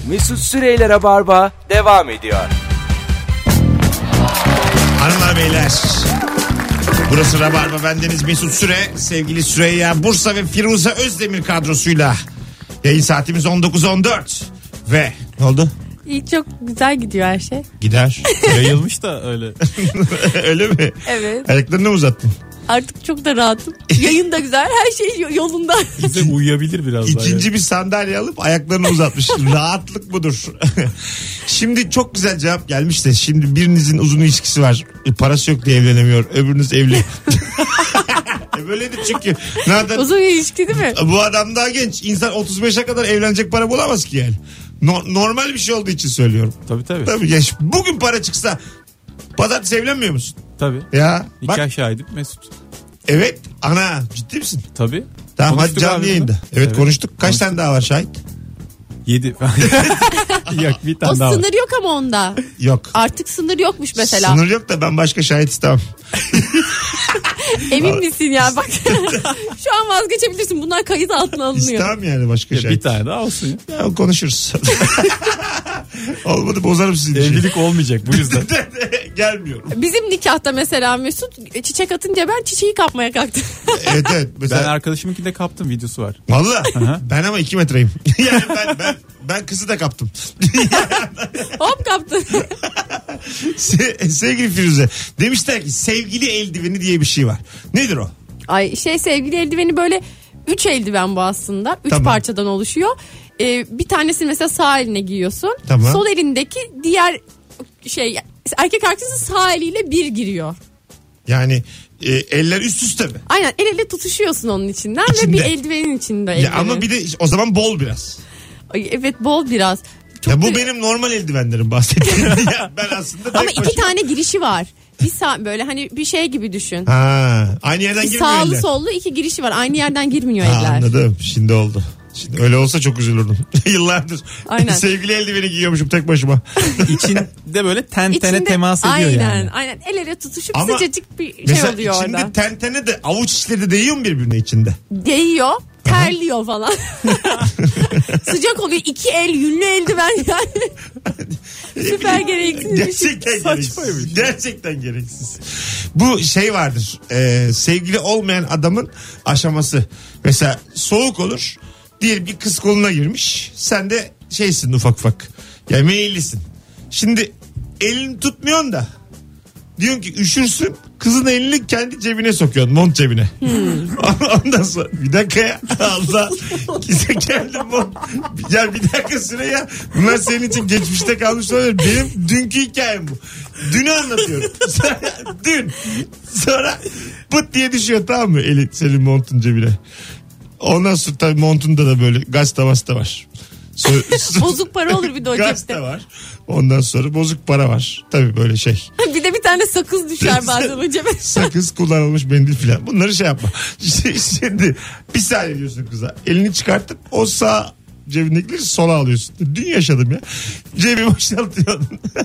Mesut Süreyler'e barba devam ediyor. Hanımlar beyler, burası Rabarba, bendeniz Mesut Süre, sevgili Süreyya Bursa ve Firuze Özdemir kadrosuyla yayın saatimiz 19.14 ve ne oldu? İyi, çok güzel gidiyor her şey. Gider. Yayılmış da öyle. Öyle mi? Evet. Ayaklarını mı uzattın? Artık çok da rahatım. Yayın da güzel, her şey yolunda. Bize uyuyabilir biraz daha. İkinci bir sandalye alıp ayaklarını uzatmış. Rahatlık budur. Şimdi çok güzel cevap gelmiş de, şimdi birinizin uzun ilişkisi var. Parası yok diye evlenemiyor. Öbürünüz evli. Böyledir çünkü. Nereden? Uzun ilişki değil mi? Bu adam daha genç. İnsan 35'e kadar evlenecek para bulamaz ki yani. Normal bir şey olduğu için söylüyorum. Tabii. Tabii genç. Bugün para çıksa pazartesi evlenmiyor musun? Tabii. Ya Nikah bak. şahidim Mesut. Evet. Ana, ciddi misin? Tabii. Tamam, Konuştuk hadi canlı abi yayında. bunu. Evet, konuştuk. Kaç tane daha var şahit? 7. Yok, bir O tane daha var. sınır yok ama onda. Yok. Artık sınır yokmuş mesela. Sınır yok da ben başka şahit istemem. Emin misin ya bak. Şu an vazgeçebilirsin. Bunlar kayıt altına alınıyor. İstemem yani başka Ya şahit. bir tane daha olsun ya. Ya konuşuruz. Olmadı bozarım sizin için. Evlilik olmayacak bu yüzden. Gelmiyorum. Bizim nikahta mesela Mesut çiçek atınca ben çiçeği kapmaya kalktım. Evet. Mesela... Ben arkadaşımınkinde kaptım, videosu var. Valla Aha. ben ama 2 metreyim. Yani ben kızı da kaptım. Hop kaptım. Sevgili Firuze, demişler ki sevgili eldiveni diye bir şey var. Nedir o? Ay sevgili eldiveni böyle 3 eldiven bu aslında. 3 Tamam. parçadan oluşuyor. Bir tanesini mesela sağ eline giyiyorsun. Tamam. Sol elindeki diğer erkek arkadaşı sağ eliyle bir giriyor. Yani eller üst üste mi? Aynen, el ele tutuşuyorsun onun içinden İçinde. ve bir eldivenin içinde. Ya ama bir de o zaman bol biraz. Ay, evet, bol biraz. Çok Ya bu bir- benim normal eldivenlerim bahsettiğim. Ya ben aslında tek Ama 2 başıma- tane girişi var. Bir sağ böyle hani bir şey gibi düşün. Ha, aynı yerden girmiyor Sağlı eller. sollu 2 girişi var. Aynı yerden girmiyor Ha, eller. anladım. Şimdi oldu. Şimdi öyle olsa çok üzülürdüm. Yıllardır. Aynen. Sevgili eldiveni giyiyormuşum tek başıma. İçinde böyle tene İçinde- temas ediyor aynen, yani. Aynen. El ele tutuşup Ama sıcacık bir şey Mesela oluyor içinde orada. tentene de avuç içleri de değiyor mu birbirine içinde? Değiyor. Terliyor falan. Sıcak oluyor. 2 el yünlü eldiven yani. Süper gereksiz bir şey. Gerçekten gereksiz. Gerçekten gereksiz. Bu şey vardır. Sevgili olmayan adamın aşaması. Mesela soğuk olur. Diyelim bir kız koluna girmiş. Sen de şeysin ufak ufak. Yani meyillisin. Şimdi elini tutmuyorsun da. Diyorsun ki üşürsün. Kızın elini kendi cebine sokuyorsun. Mont cebine. Ondan sonra bir dakika ya. Allah. Kendi mont. Ya bir dakika Süreyya. Bunlar senin için geçmişte kalmış olabilir. Benim dünkü hikayem bu. Dünü anlatıyorum. Dün. Sonra pıt diye düşüyor, tamam mı? Eli senin montun cebine. Ondan sonra tabii montunda da böyle gazete var. Bozuk para olur bir de o Gazete cepte. var. Ondan sonra bozuk para var. Tabii böyle şey. Bir de bir tane sakız düşer bazen o cebe. Sakız, kullanılmış mendil filan. Bunları şey yapma. Şimdi bir saniye diyorsun kıza. Elini çıkartıp o sağ cebindekileri sola alıyorsun. Dün yaşadım ya. Cebi boşaltıyorsun.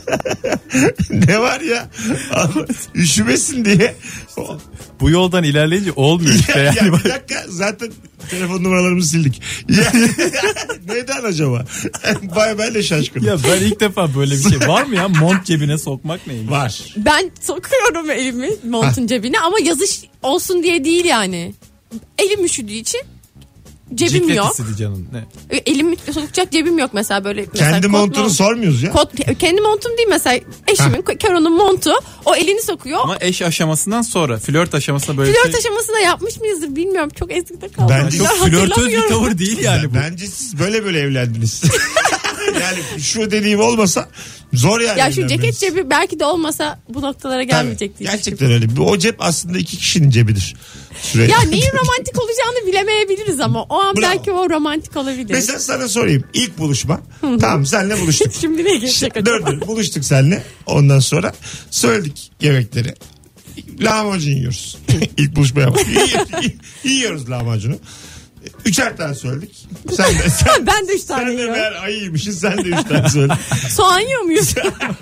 Ne var ya? Üşümesin diye. Bu yoldan ilerleyince olmuyor işte Ya, yani. bir dakika, zaten telefon numaralarımızı sildik. Ya, neden acaba? Ben de şaşkınım. Ya ben ilk defa böyle bir şey var mı ya, mont cebine sokmak neymiş? Var. Ben sokuyorum elimi montun cebine ama yazış olsun diye değil yani. Elim üşüdüğü için cebim Ciklet yok. şey istedi canın. Ne? Elimi sokacak cebim yok mesela böyle. Mesela Kendi kot montunu sormuyoruz ya. kendi montum değil mesela, eşimin Karo'nun montu, o elini sokuyor. Ama eş aşamasından sonra flört aşamasında böyle Flört bir şey. aşamasında yapmış mıyızdır bilmiyorum, çok eskide kaldı. Bence Çok Hatırlamıyorum. flörtöz bir tavır değil yani bu. Bence siz böyle evlendiniz. Yani şu dediğim olmasa zor yani. Ya şu evlenmeniz. ceket cebi belki de olmasa bu noktalara gelmeyecekti. Tabii, gerçekten öyle. O cep aslında 2 kişinin cebidir. Ya neyin romantik olacağını bilemeyebiliriz ama o an Bravo. belki o romantik olabilir. Mesela sana sorayım. İlk buluşma. Tamam, senle buluştuk. Şimdi ne geçecek acaba? Dur buluştuk seninle. Ondan sonra söyledik yemekleri. Lahmacun yiyoruz. İlk buluşma yaptık. Yiyoruz lahmacunu. 3'er tane söyledik. Sen Ben de 3 tane sen de yiyorum. meğer ayıymışsın, sen de 3 tane söyledin. Soğan yiyor muyuz?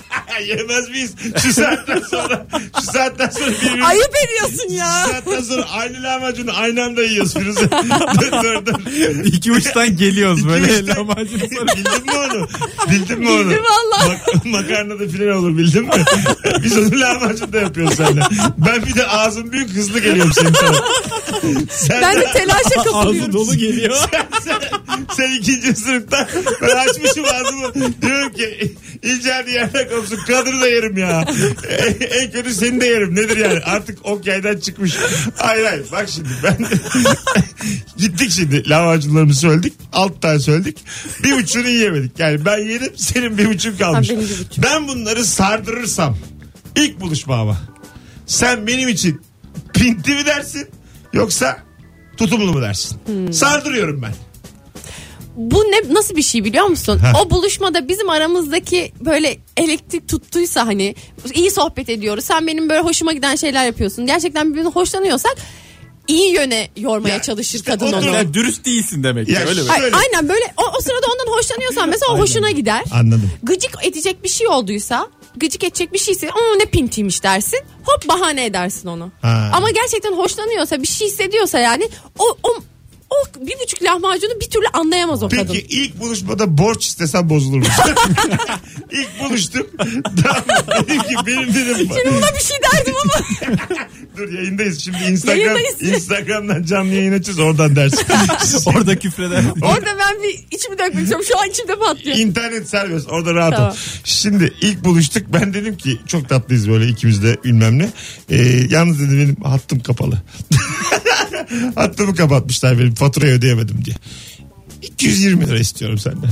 Yemez miyiz? Şu saatten sonra birbirimizi... Ayıp ediyorsun ya. Şu saatten sonra aynı lahmacunu aynı anda yiyoruz Firuze. dur. İki uçtan geliyoruz böyle uçtan- lahmacun sonra. Bildin mi onu? Bildin mi onu? Bildim valla. Makarna da filan olur bildin mi? Biz onu lahmacun da yapıyoruz seninle. Ben bir de ağzım büyük hızlı geliyorum senin tarafa. Ben de telaşa Ağzı kapılıyorum. dolu geliyor. Sen ikinci sınıfta ben açmışım ağzımı. Diyorum ki İlker yerden kopsun kadını da yerim ya. En kötü seni de yerim. Nedir yani? Artık ok yaydan çıkmış. Hayır. Bak şimdi ben gittik şimdi lahmacunlarımızı söyledik. 6 tane söyledik. 1,5'unu yiyemedik. Yani ben yedim senin 1,5 kalmış. Ha, benim 1,5. Ben bunları sardırırsam ilk buluşma ama sen benim için pinti mi dersin yoksa tutumlu mu dersin? Sardırıyorum ben. Bu ne nasıl bir şey biliyor musun? Ha. O buluşmada bizim aramızdaki böyle elektrik tuttuysa hani iyi sohbet ediyoruz. Sen benim böyle hoşuma giden şeyler yapıyorsun. Gerçekten birbirine hoşlanıyorsak iyi yöne yormaya Ya, çalışır işte kadın o onu. durum- Yani dürüst değilsin demek ki Ya öyle mi? şu- Öyle. Aynen böyle o sırada ondan hoşlanıyorsan mesela o hoşuna gider. Anladım. Gıcık edecek bir şey olduysa, gıcık edecek bir şeyse ne pintiymiş dersin. Hop bahane edersin onu. Ha. Ama gerçekten hoşlanıyorsa, bir şey hissediyorsa yani o 1,5 lahmacunu bir türlü anlayamaz o Peki kadın. ilk buluşmada borç istesen bozulur mu? İlk buluştuk. Tamam. Dedim ki benim dedim. Şimdi buna bir şey derdim ama. Dur yayındayız. Şimdi Yayındayız. Instagram'dan canlı yayın açacağız oradan dersin. Orada küfreder. Orada ben bir içimi dökmek istiyorum. Şu an içimde patlıyor. İnternet serbest. Orada rahat ol. Tamam. Şimdi ilk buluştuk. Ben dedim ki çok tatlıyız böyle ikimiz de bilmem ne. Yalnız dedim benim hattım kapalı. Hattımı kapatmışlar benim faturayı ödeyemedim diye. 220 lira istiyorum senden.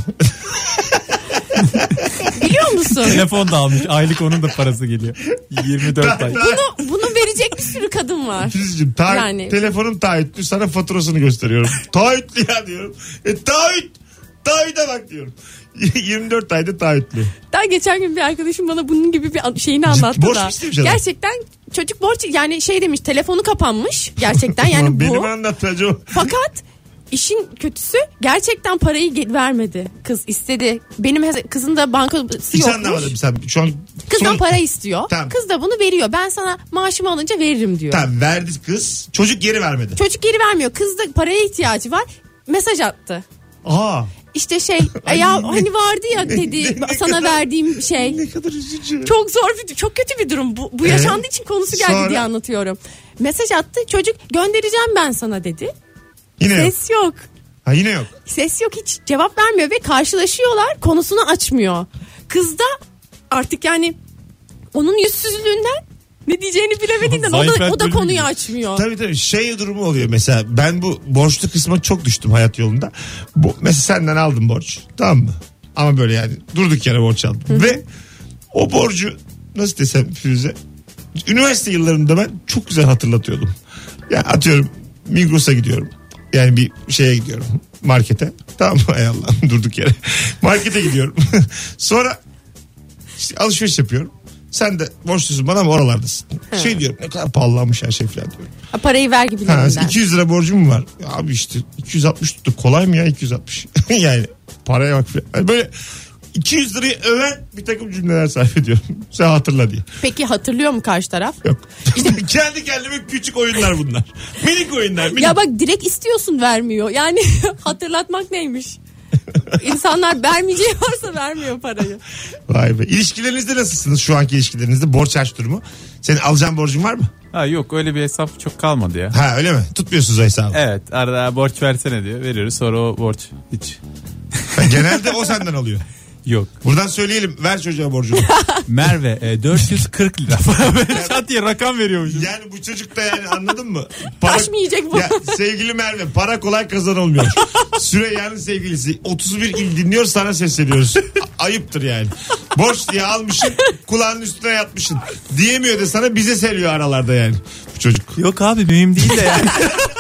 Biliyor musun? Telefon da almış. Aylık onun da parası geliyor. 24 ay. Bunu verecek bir sürü kadın var. Filizciğim Yani. telefonum taahhütlü sana faturasını gösteriyorum. Taahhütlü ya diyorum. Taahhüte bak diyorum. 24 ayda taahhütlü. Daha geçen gün bir arkadaşım bana bunun gibi bir şeyini anlattı Borç da. mu istemiş adam? Gerçekten çocuk borç yani şey demiş, telefonu kapanmış gerçekten yani Benim bu. anlatacağım. Fakat işin kötüsü gerçekten parayı vermedi. Kız istedi. Benim kızın da bankası Hiç yokmuş. anlamadım sen. Şu an Kızdan para istiyor. Tamam. Kız da bunu veriyor. Ben sana maaşımı alınca veririm diyor. Tamam verdi kız. Çocuk geri vermedi. Çocuk geri vermiyor. Kız da paraya ihtiyacı var. Mesaj attı. Aa. İşte Ay, ya ne- hani vardı ya dedi ne sana kadar- verdiğim şey. Ne kadar üzücü. Çok zor çok kötü bir durum. Bu yaşandığı için konusu geldi Sonra? diye anlatıyorum. Mesaj attı. Çocuk göndereceğim ben sana dedi. Yine yok. Ses yok. Ha yine yok. Ses yok, hiç cevap vermiyor ve karşılaşıyorlar, konusunu açmıyor. Kız da artık yani onun yüzsüzlüğünden ne diyeceğini bilemediğinden o da Zayıf konuyu gibi. açmıyor. Tabii şey durumu oluyor mesela ben bu borçlu kısma çok düştüm hayat yolunda. Mesela senden aldım borç tamam mı? Ama böyle yani durduk yere borç aldım. Ve o borcu nasıl desem Firuze üniversite yıllarında ben çok güzel hatırlatıyordum. Ya atıyorum Migros'a gidiyorum. Yani bir şeye gidiyorum markete. Tamam mı? Ay Allah'ım durduk yere. Markete gidiyorum. Sonra işte alışveriş yapıyorum. Sen de borçlusun bana ama oralardasın. Şey diyorum ne kadar pahalanmış her şey falan diyorum. Parayı ver Ha, gibilerinden. 200 lira borcum mu var? Abi işte 260 tuttu. Kolay mı ya 260? Yani paraya bak falan. Yani böyle 200 lirayı öven bir takım cümleler sarf ediyorum. Sen hatırla diye. Peki hatırlıyor mu karşı taraf? Yok. Kendi kendime küçük oyunlar bunlar. Minik oyunlar. Minik. Ya bak direkt istiyorsun vermiyor. Yani hatırlatmak neymiş? İnsanlar vermeyeceği varsa vermiyor parayı. Vay be. İlişkilerinizde nasılsınız şu anki ilişkilerinizde? Borç harç durumu. Senin alacağın borcun var mı? Ha yok öyle bir hesap çok kalmadı ya. Ha öyle mi? Tutmuyorsunuz o hesabı. Evet arada borç versene diyor. Veriyoruz sonra o borç hiç Ha, genelde o senden alıyor. yok. Buradan söyleyelim. Ver çocuğa borcunu. Merve 440 lira falan böyle çat diye rakam veriyormuşum. Yani bu çocuk da yani anladın mı? Taş mı yiyecek bu? Ya, sevgili Merve para kolay kazanılmıyor. Süreyyan'ın sevgilisi 31 il dinliyor sana sesleniyoruz. Ayıptır yani. Borç diye almışsın kulağının üstüne yatmışsın. Diyemiyor da sana bize seriyor aralarda yani bu çocuk. Yok abi mühim değil de yani.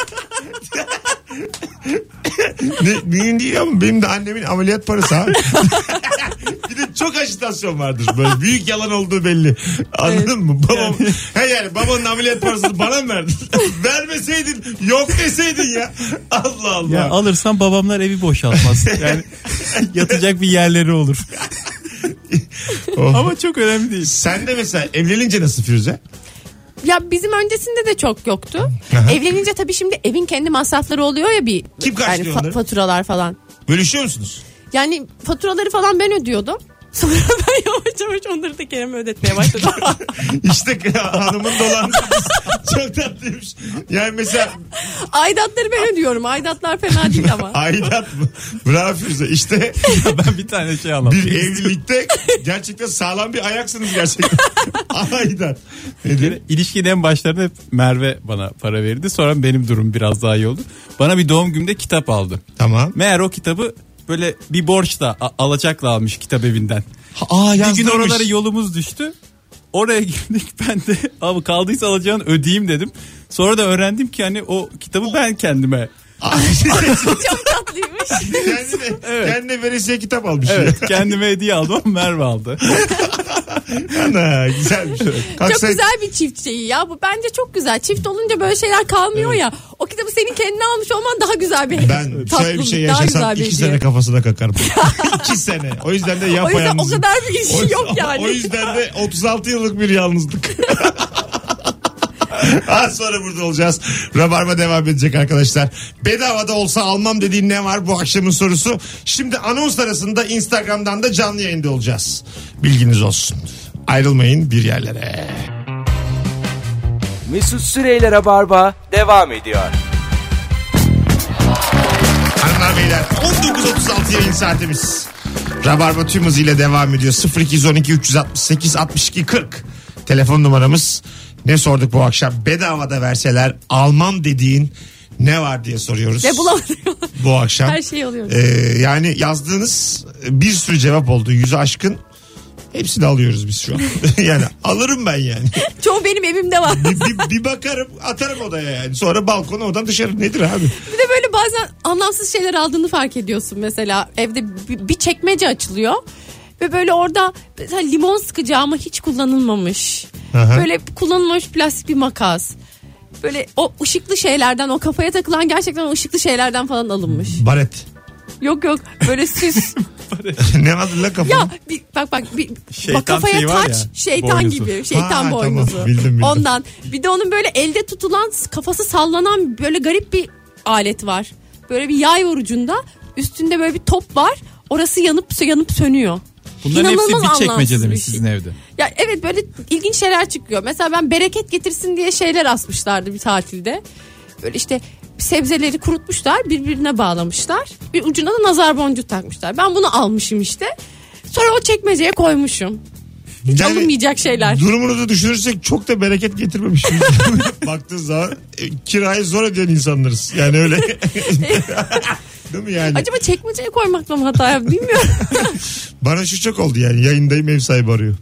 Mühim değil ama benim de annemin ameliyat parası abi. Bir de çok ajitasyon vardır böyle büyük yalan olduğu belli. Anladın mı? Babam, yani babanın ameliyat parasını bana mı verdin? Vermeseydin yok deseydin ya. Allah Allah. Ya alırsan babamlar evi boşaltmaz. Yani yatacak bir yerleri olur. Oh. Ama çok önemli değil. Sen de mesela evlenince nasıl Firuze? Ya bizim öncesinde de çok yoktu. Aha. Evlenince tabii şimdi evin kendi masrafları oluyor ya bir. Kim karşılıyor yani onları? faturalar falan. Bölüşüyor musunuz? Yani faturaları falan ben ödüyordum. Sonra ben yavaş yavaş onları da Kerem'e ödetmeye başladım. İşte hanımın dolandırıcısı. Çok tatlıymış. Yani mesela Aidatları ben ödüyorum. Aidatlar fena değil ama. aidat mı? Bravo Firuze. İşte Ben bir tane şey anlatayım. bir evlilikte gerçekten sağlam bir ayaksınız gerçekten. Aidat. Nedir? İlişkinin en başlarında hep Merve bana para verdi. Sonra benim durum biraz daha iyi oldu. Bana bir doğum günümde kitap aldı. Tamam. Meğer o kitabı böyle bir borçla alacakla almış kitap evinden. Aa, Bir gün yazdırmış. oralara yolumuz düştü. Oraya girdik, ben de abi kaldıysa alacağını ödeyeyim dedim. Sonra da öğrendim ki hani o kitabı ben kendime. Çok tatlıymış. Kendine veresiye kitap almış. Evet, kendime hediye aldım ama Merve aldı. Ana güzelmiş. Çok Kalksaydı- güzel bir çift şeyi ya. Bu bence çok güzel. Çift olunca böyle şeyler kalmıyor ya. O kitabı senin kendine almış olman daha güzel bir Ben şöyle bir tatlılık, şey daha yaşasam güzel bir 2 hediye. sene kafasına kakarım. 2 sene. O yüzden de O yüzden o yapayalnızım. kadar bir ilişki yok yani. O yüzden de 36 yıllık bir yalnızlık. Az sonra burada olacağız. Rabarba devam edecek arkadaşlar. Bedavada olsa almam dediğin ne var bu akşamın sorusu. Şimdi anons arasında Instagram'dan da canlı yayında olacağız. Bilginiz olsun. Ayrılmayın bir yerlere. Mesut Süreyler'e barba devam ediyor. Hanımlar beyler 19.36 yayın saatimiz. Rabarba tüm hızıyla devam ediyor. 0212 368 62 40 telefon numaramız. Ne sorduk bu akşam? Bedavada verseler almam dediğin ne var diye soruyoruz. Ve bulamadım. Bu akşam. Her şeyi alıyoruz. Yani yazdığınız bir sürü cevap oldu. 100'ü aşkın. Hepsini alıyoruz biz şu an. Yani alırım ben yani. Çoğu benim evimde var. Bir bakarım atarım odaya yani. Sonra balkona odan dışarı nedir abi? Bir de böyle bazen anlamsız şeyler aldığını fark ediyorsun mesela. Evde bir çekmece açılıyor. Ve böyle orada mesela limon sıkacağı ama hiç kullanılmamış. Aha. Böyle kullanılmamış plastik bir makas. Böyle o ışıklı şeylerden, o kafaya takılan gerçekten o ışıklı şeylerden falan alınmış. Baret. Yok böyle süs. Ne var la kafana? Ya bak Şeytan bak kafaya şeyi var taç ya, şeytan boynuzu. gibi şeytan Ha, boynuzu. tamam, bildim. Ondan bir de onun böyle elde tutulan kafası sallanan böyle garip bir alet var. Böyle bir yay ucunda üstünde böyle bir top var. Orası yanıp sönüyor. Bunların İnanılmaz hepsi bir anlamsız çekmecede mi bir şey. sizin evde? Ya evet böyle ilginç şeyler çıkıyor. Mesela ben bereket getirsin diye şeyler asmışlardı bir tatilde. Böyle işte sebzeleri kurutmuşlar, birbirine bağlamışlar. Bir ucuna da nazar boncuğu takmışlar. Ben bunu almışım işte. Sonra o çekmeceye koymuşum. Hiç Yani alınmayacak şeyler. Durumunuzu düşünürsek çok da bereket getirmemiş. Baktığın zaman kirayı zor ödeyen insanlarız. Yani öyle. Değil mi yani? Acaba çekmeceye koymakla mı hata yaptım bilmiyorum. Bana şu çok oldu yani. Yayındayım ev sahibi arıyor.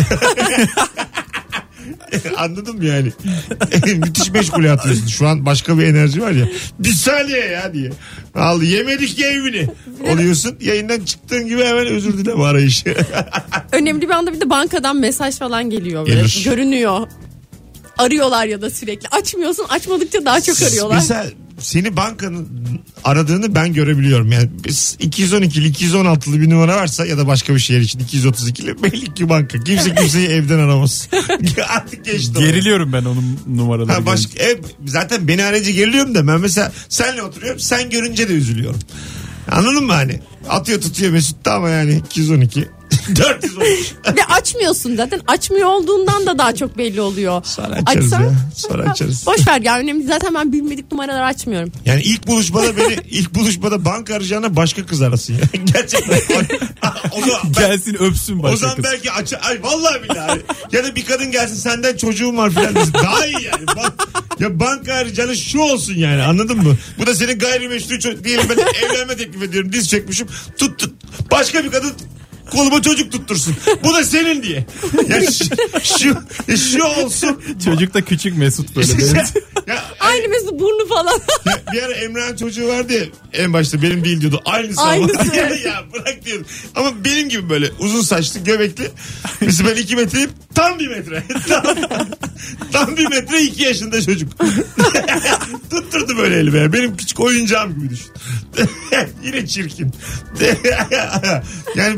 Anladın mı yani? Müthiş meşgule atıyorsun. Şu an başka bir enerji var ya. Bir saniye ya diye. Al yemedik ya evini. Oluyorsun. Yayından çıktığın gibi hemen özür dileme arayışı. Önemli bir anda bir de bankadan mesaj falan geliyor. Böyle. Gelir. Görünüyor. Arıyorlar ya da sürekli. Açmıyorsun. Açmadıkça daha çok arıyorlar. Mesela seni bankanın aradığını ben görebiliyorum. Yani 212'li 216'lı bir numara varsa ya da başka bir şehir için 232'li belli ki banka. Kimse kimseyi evden aramaz. Artık geçti. Geriliyorum ben onun numaraları. Ha, zaten beni arayınca geriliyorum da ben mesela senle oturuyorum, sen görünce de üzülüyorum. Anladın mı hani? Atıyor tutuyor Mesut'ta ama yani 212 413. Ve açmıyorsun zaten. Açmıyor olduğundan da daha çok belli oluyor. Sonra açarız ya. Sonra açarız. Boş ver ya önemli. Zaten ben bilmedik numaraları açmıyorum. Yani ilk buluşmada banka arayacağına başka kız arasın ya. Gerçekten. Gelsin öpsün O başka zaman kız. belki ay vallahi billahi. Ya da bir kadın gelsin senden çocuğum var filan desin. Daha iyi yani. Ya banka arayacağına şu olsun yani, anladın mı? Bu da senin gayrimeşru çocuk. Diyelim ben evlenme teklif ediyorum. Diz çekmişim. Tut. Başka bir kadın koluma çocuk tuttursun. Bu da senin diye. Yani şu olsun. Çocuk da küçük Mesut böyle. Ya, Aynı Mesut burnu falan. bir ara Emrah'ın çocuğu vardı ya, en başta benim değil diyordu. Aynısı. Aynısı. Ya bırak diyordu. Ama benim gibi böyle uzun saçlı göbekli. Mesela ben 2 metreyim, tam 1 metre. Tam 1 metre 2 yaşında çocuk. Tutturdu böyle elime. Benim küçük oyuncağım gibi düşün. Yine çirkin. Yani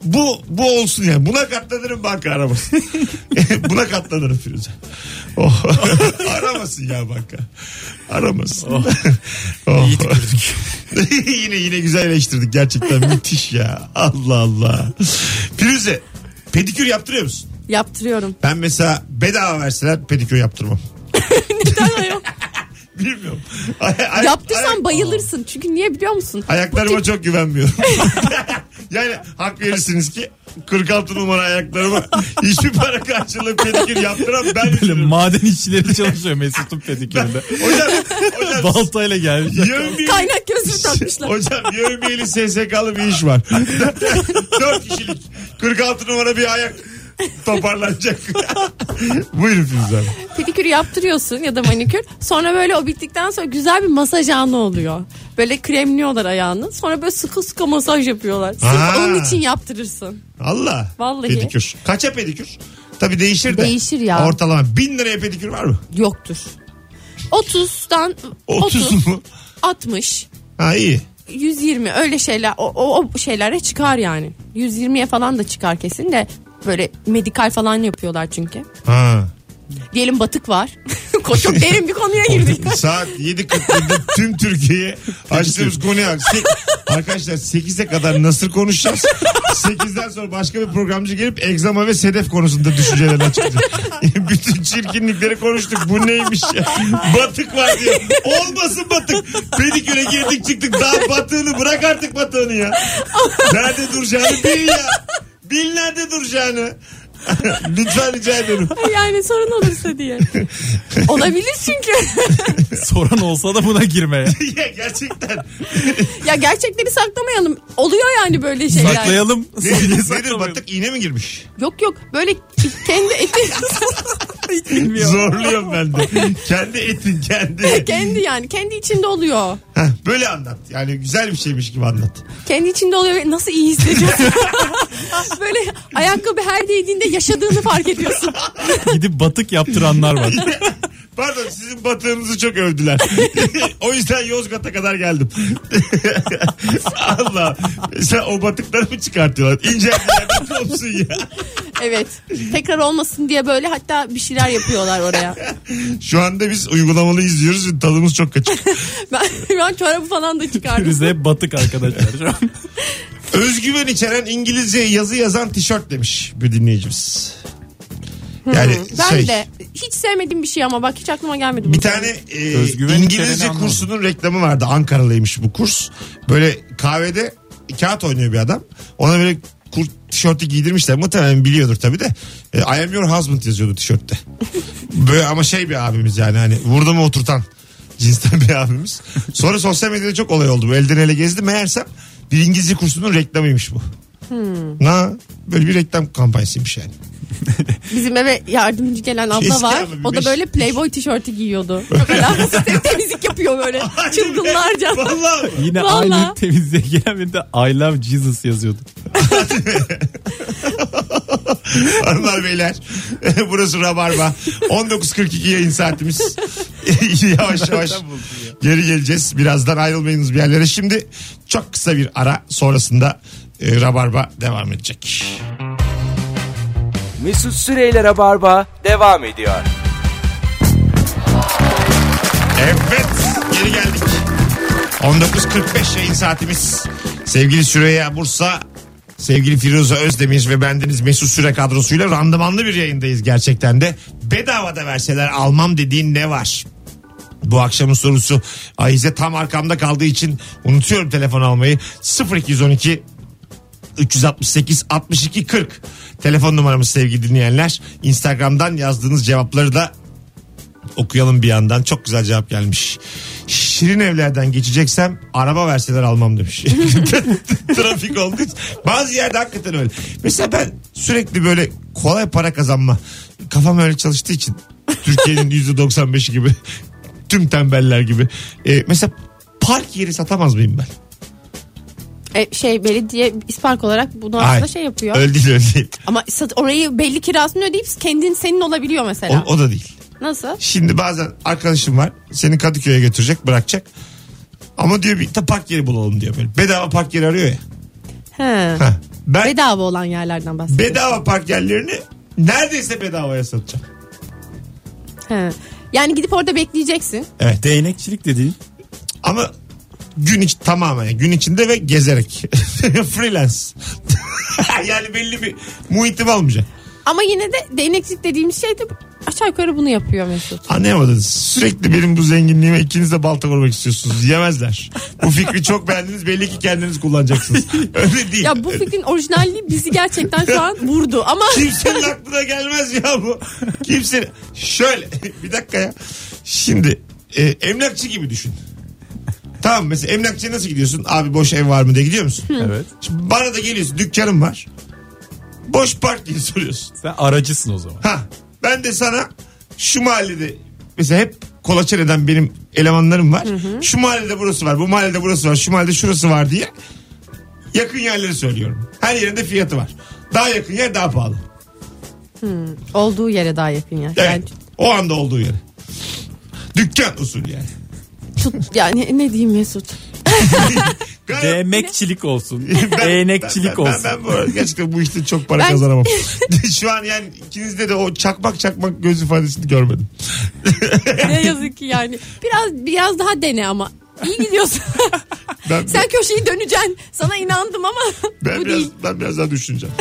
Bu olsun yani. Buna katlanırım banka aramasın. Buna katlanırım Firuze. Oh. Aramasın ya banka. Aramasın. Oh. Oh. İyi tükürdük. yine güzel eleştirdik gerçekten. Müthiş ya. Allah Allah. Firuze, pedikür yaptırıyor musun? Yaptırıyorum. Ben mesela bedava verseler pedikür yaptırmam. Neden ayol? Bilmiyorum. Yaptırsan bayılırsın. Çünkü niye biliyor musun? Ayaklarıma çok güvenmiyorum. Yani hak verirsiniz ki 46 numara ayaklarıma hiçbir para karşılığı pedikür yaptıran ben Böyle üzülürüm. maden işçileri çalışıyor Mesut'un pediküründe. Hocam Baltayla gelmiş. Kaynak gözlüğü takmışlar. Hocam yövmiyeli SSK'lı bir iş var. 4 kişilik 46 numara bir ayak toparlanacak. Buyurun Firuze Hanım. Pedikürü yaptırıyorsun ya da manikür. Sonra böyle o bittikten sonra güzel bir masaj anı oluyor. Böyle kremliyorlar ayağını. Sonra böyle sıkı sıkı masaj yapıyorlar. Sırf onun için yaptırırsın. Allah. Vallahi. Pedikür. Kaça pedikür? Tabii değişir de. Değişir ya. Ortalama 1000 liraya pedikür var mı? Yoktur. 30'dan 30 mu? 60. Ha iyi. 120 öyle şeyler o şeylere çıkar yani. 120'ye falan da çıkar kesin de böyle medikal falan yapıyorlar çünkü. Ha. Diyelim batık var. Çok derin bir konuya girdik. Saat 7.47'de tüm Türkiye'ye açtığımız konuya. Arkadaşlar 8'e kadar nasıl konuşacağız? 8'den sonra başka bir programcı gelip egzama ve sedef konusunda düşüncelerini açıklayacak. Bütün çirkinlikleri konuştuk. Bu neymiş ya? Batık var diye. Olmasın batık. Pediküre girdik çıktık. Daha batığını bırak artık batığını ya. Nerede duracağını bil ya. Bil nerede duracağını. Lütfen rica ederim. Yani sorun olursa diye. Olabilir çünkü. Soran olsa da buna girme. Ya gerçekten. Ya gerçekleri saklamayalım. Oluyor yani böyle şeyler. Saklayalım. Nedir batık iğne mi girmiş? Yok böyle kendi eti. Zorluyorum ben de. Kendi etin kendi. Kendi yani kendi içinde oluyor. Heh, böyle anlat. Yani güzel bir şeymiş gibi anlat. Kendi içinde oluyor ve nasıl iyi hissediyorsun. Böyle ayakkabı her değdiğinde yaşadığını fark ediyorsun. Gidip batık yaptıranlar var. Pardon sizin batığınızı çok övdüler. O yüzden Yozgat'a kadar geldim. Allah. Mesela o batıkları mı çıkartıyorlar? İnce yerden olsun ya. Evet. Tekrar olmasın diye böyle hatta bir şeyler yapıyorlar oraya. Şu anda biz uygulamalı izliyoruz. Tadımız çok kaçık. Ben çorabı falan da çıkardım. Bize hep batık arkadaşlar şu an. Özgüven içeren İngilizce yazı yazan tişört demiş bir dinleyicimiz. Yani Ben de hiç sevmediğim bir şey ama bak hiç aklıma gelmedi. Bir tane İngilizce kursunun reklamı vardı. Ankaralıymış bu kurs. Böyle kahvede kağıt oynuyor bir adam. Ona böyle tişörtü giydirmişler. Muhtemelen biliyordur tabii de. I am your husband yazıyordu tişörtte. Böyle ama bir abimiz yani hani vurdu mu oturtan cinsten bir abimiz. Sonra sosyal medyada çok olay oldu. Bu elden ele gezdi. Meğersem bir İngilizce kursunun reklamıymış bu. Böyle bir reklam kampanyasıymış yani. Bizim eve yardımcı gelen abla Eski var. abi, O da böyle Playboy tişörtü giyiyordu. Çok alakasız temizlik yapıyor böyle. Çılgınlarca. Vallahi. Yine Vallahi. aynı temizliğe gelen bir de I love Jesus yazıyordu. Hanımlar beyler burası Rabarba 19.42 yayın saatimiz. Yavaş yavaş geri geleceğiz. Birazdan ayrılmayınız bir yerlere. Şimdi çok kısa bir ara sonrasında Rabarba devam edecek. Mesut Süreyler'e barba devam ediyor. Evet geri geldik. 19.45 yayın saatimiz. Sevgili Süreyya Bursa, sevgili Firuze Özdemir ve bendeniz Mesut Süre kadrosuyla randımanlı bir yayındayız gerçekten de. Bedavada verseler almam dediğin ne var? Bu akşamın sorusu Ahize tam arkamda kaldığı için unutuyorum telefon almayı. 0212 368 62 40 telefon numaramız sevgili dinleyenler. Instagram'dan yazdığınız cevapları da okuyalım bir yandan. Çok güzel cevap gelmiş. Şirin evlerden geçeceksem araba verseler almam demiş. Trafik olduğu için. Bazı yerde hakikaten öyle. Mesela ben sürekli böyle kolay para kazanma. Kafam öyle çalıştığı için. Türkiye'nin %95'i gibi. Tüm tembeller gibi. Mesela park yeri satamaz mıyım ben? Belediye ispark olarak bunu aslında yapıyor. Öyle değil. Ama orayı belli kirasını ödeyip senin olabiliyor mesela. O da değil. Nasıl? Şimdi bazen arkadaşım var. Seni Kadıköy'e götürecek, bırakacak. Ama diyor bir park yeri bulalım diyor böyle. Bedava park yeri arıyor ya. He. Ben Bedava olan yerlerden bahsediyorum. bedava park yerlerini neredeyse bedavaya satacağım. He. Yani gidip orada bekleyeceksin. Evet. Değnekçilik dediğin. Ama tamamen gün içinde ve gezerek. Freelance. Yani belli bir muhitim olmayacak. Ama yine de değnekçilik dediğimiz şey de aşağı yukarı bunu yapıyor Mesut. Anlayamadınız. Sürekli benim bu zenginliğime ikiniz de balta vurmak istiyorsunuz. Yemezler. Bu fikri çok beğendiniz. Belli ki kendiniz kullanacaksınız. Öyle değil. Ya bu fikrin orijinalliği bizi gerçekten şu an vurdu ama Kimsenin aklına gelmez ya bu. Kimsenin. Şöyle bir dakika ya. Şimdi emlakçı gibi düşün. Tamam, mesela emlakçıya nasıl gidiyorsun? Abi boş ev var mı diye gidiyor musun? Evet. Şimdi bana da geliyorsun, dükkanım var. Boş park diye soruyorsun. Sen aracısın o zaman. Ha, ben de sana şu mahallede mesela hep kolaçan eden benim elemanlarım var. Şu mahallede burası var, bu mahallede burası var, şu mahallede şurası var diye yakın yerleri söylüyorum. Her yerinde fiyatı var. Daha yakın yer daha pahalı. olduğu yere daha yakın yer. Evet. Yani, O anda olduğu yere. Dükkan usulü yani. yani ne diyeyim Mesut? Değmekçilik olsun. Değnekçilik olsun. Ben bu arada gerçekten bu işte çok para kazanamam. Şu an yani ikinizde de o çakmak göz ifadesini görmedim. Ne yazık ki yani. Biraz daha dene ama. İyi gidiyorsun. Sen köşeyi döneceksin. Sana inandım ama bu değil. Ben biraz daha düşüneceğim.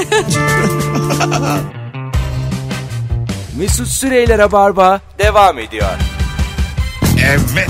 Mesut Süreyler'e barba devam ediyor. Evet.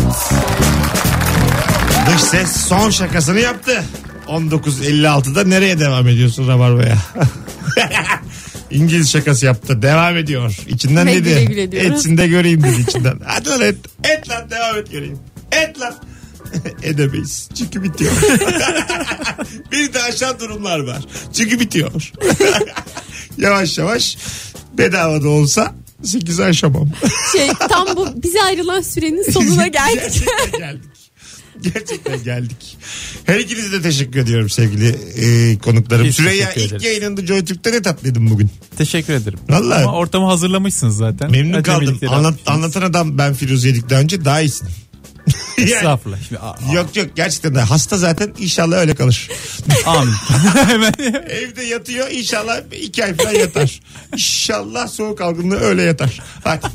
Dış ses son şakasını yaptı. 19.56'da nereye devam ediyorsun Rabarba'ya? İngiliz şakası yaptı. Devam ediyor. İçinden Ve dedi. güle güle diyoruz. Etsin de göreyim dedi içinden. Hadi lan et. Et lan, devam et göreyim. Et lan. Edemeyiz. Çünkü bitiyor. Bir de aşağı durumlar var. Çünkü bitiyor. Yavaş yavaş bedava da olsa 8'i aşamam. Tam bu bize ayrılan sürenin sonuna geldik. Gerçekten geldik. Gerçekten geldik. Her ikinize de teşekkür ediyorum sevgili konuklarım. Biz Süreyya teşekkür ilk ederiz. yayınında JoyTürk'te ne tatlıydım bugün. Teşekkür ederim. Vallahi. Ama ortamı hazırlamışsınız zaten. Memnun kaldım. Acemilikleri atmışsınız. Anlatan adam ben Firuze'ydik daha önce, daha iyisin. Yani, Estağfurullah. Şimdi, yok gerçekten de hasta zaten, inşallah öyle kalır. Amin. Evde yatıyor, inşallah 2 ay falan yatar. İnşallah soğuk algınlığı öyle yatar. Hadi.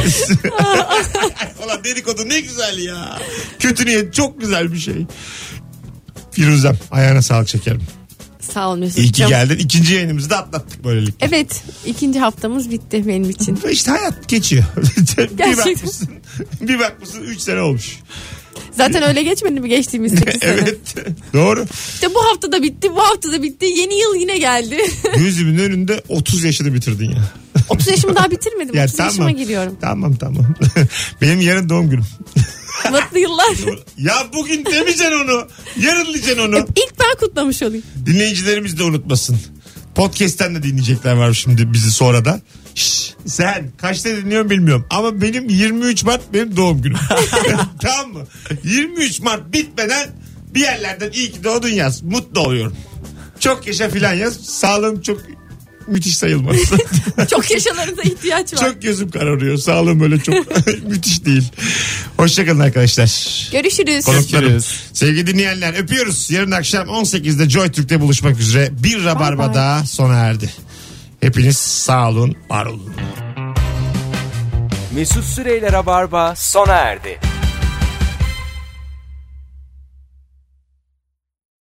Ulan dedikodu ne güzel ya. Kötü niyet çok güzel bir şey. Firuzem, ayağına sağlık şekerim. Sağ ol Mesut. İyi ki geldin. 2. yayınımızı da atlattık böylelikle. Evet, 2. haftamız bitti benim için. İşte hayat geçiyor. Gerçekten. bir bakmışsın 3 sene olmuş. Zaten öyle geçmedi mi geçtiğimiz 8 sene? Evet. Doğru. İşte bu hafta da bitti, bu hafta da bitti. Yeni yıl yine geldi. Gözümün önünde 30 yaşını bitirdin ya. 30 yaşımı daha bitirmedim. Ya 30 yaşıma giriyorum. Tamam. Benim yarın doğum günüm. Mutlu yıllar. Ya bugün demeyeceksin onu. Yarın diyeceksin onu. İlk ben kutlamış olayım. Dinleyicilerimiz de unutmasın. Podcast'ten de dinleyecekler var şimdi bizi sonra da. Şşş, sen kaçta dinliyorsun bilmiyorum. Ama benim 23 Mart benim doğum günüm. Tamam mı? 23 Mart bitmeden bir yerlerden iyi ki doğdun yaz. Mutlu oluyorum. Çok yaşa filan yaz. Sağlığım çok müthiş sayılmaz. Çok yaşalarınıza ihtiyaç var. Çok gözüm kararıyor. Sağlığım öyle çok müthiş değil. Hoşçakalın arkadaşlar. Görüşürüz. Konuklarım. Sevgili dinleyenler, öpüyoruz. Yarın akşam 18'de JoyTürk'te buluşmak üzere. Bir Rabarba daha sona erdi. Hepiniz sağ olun, var olun. Mesut Süreyler'e barba sona erdi.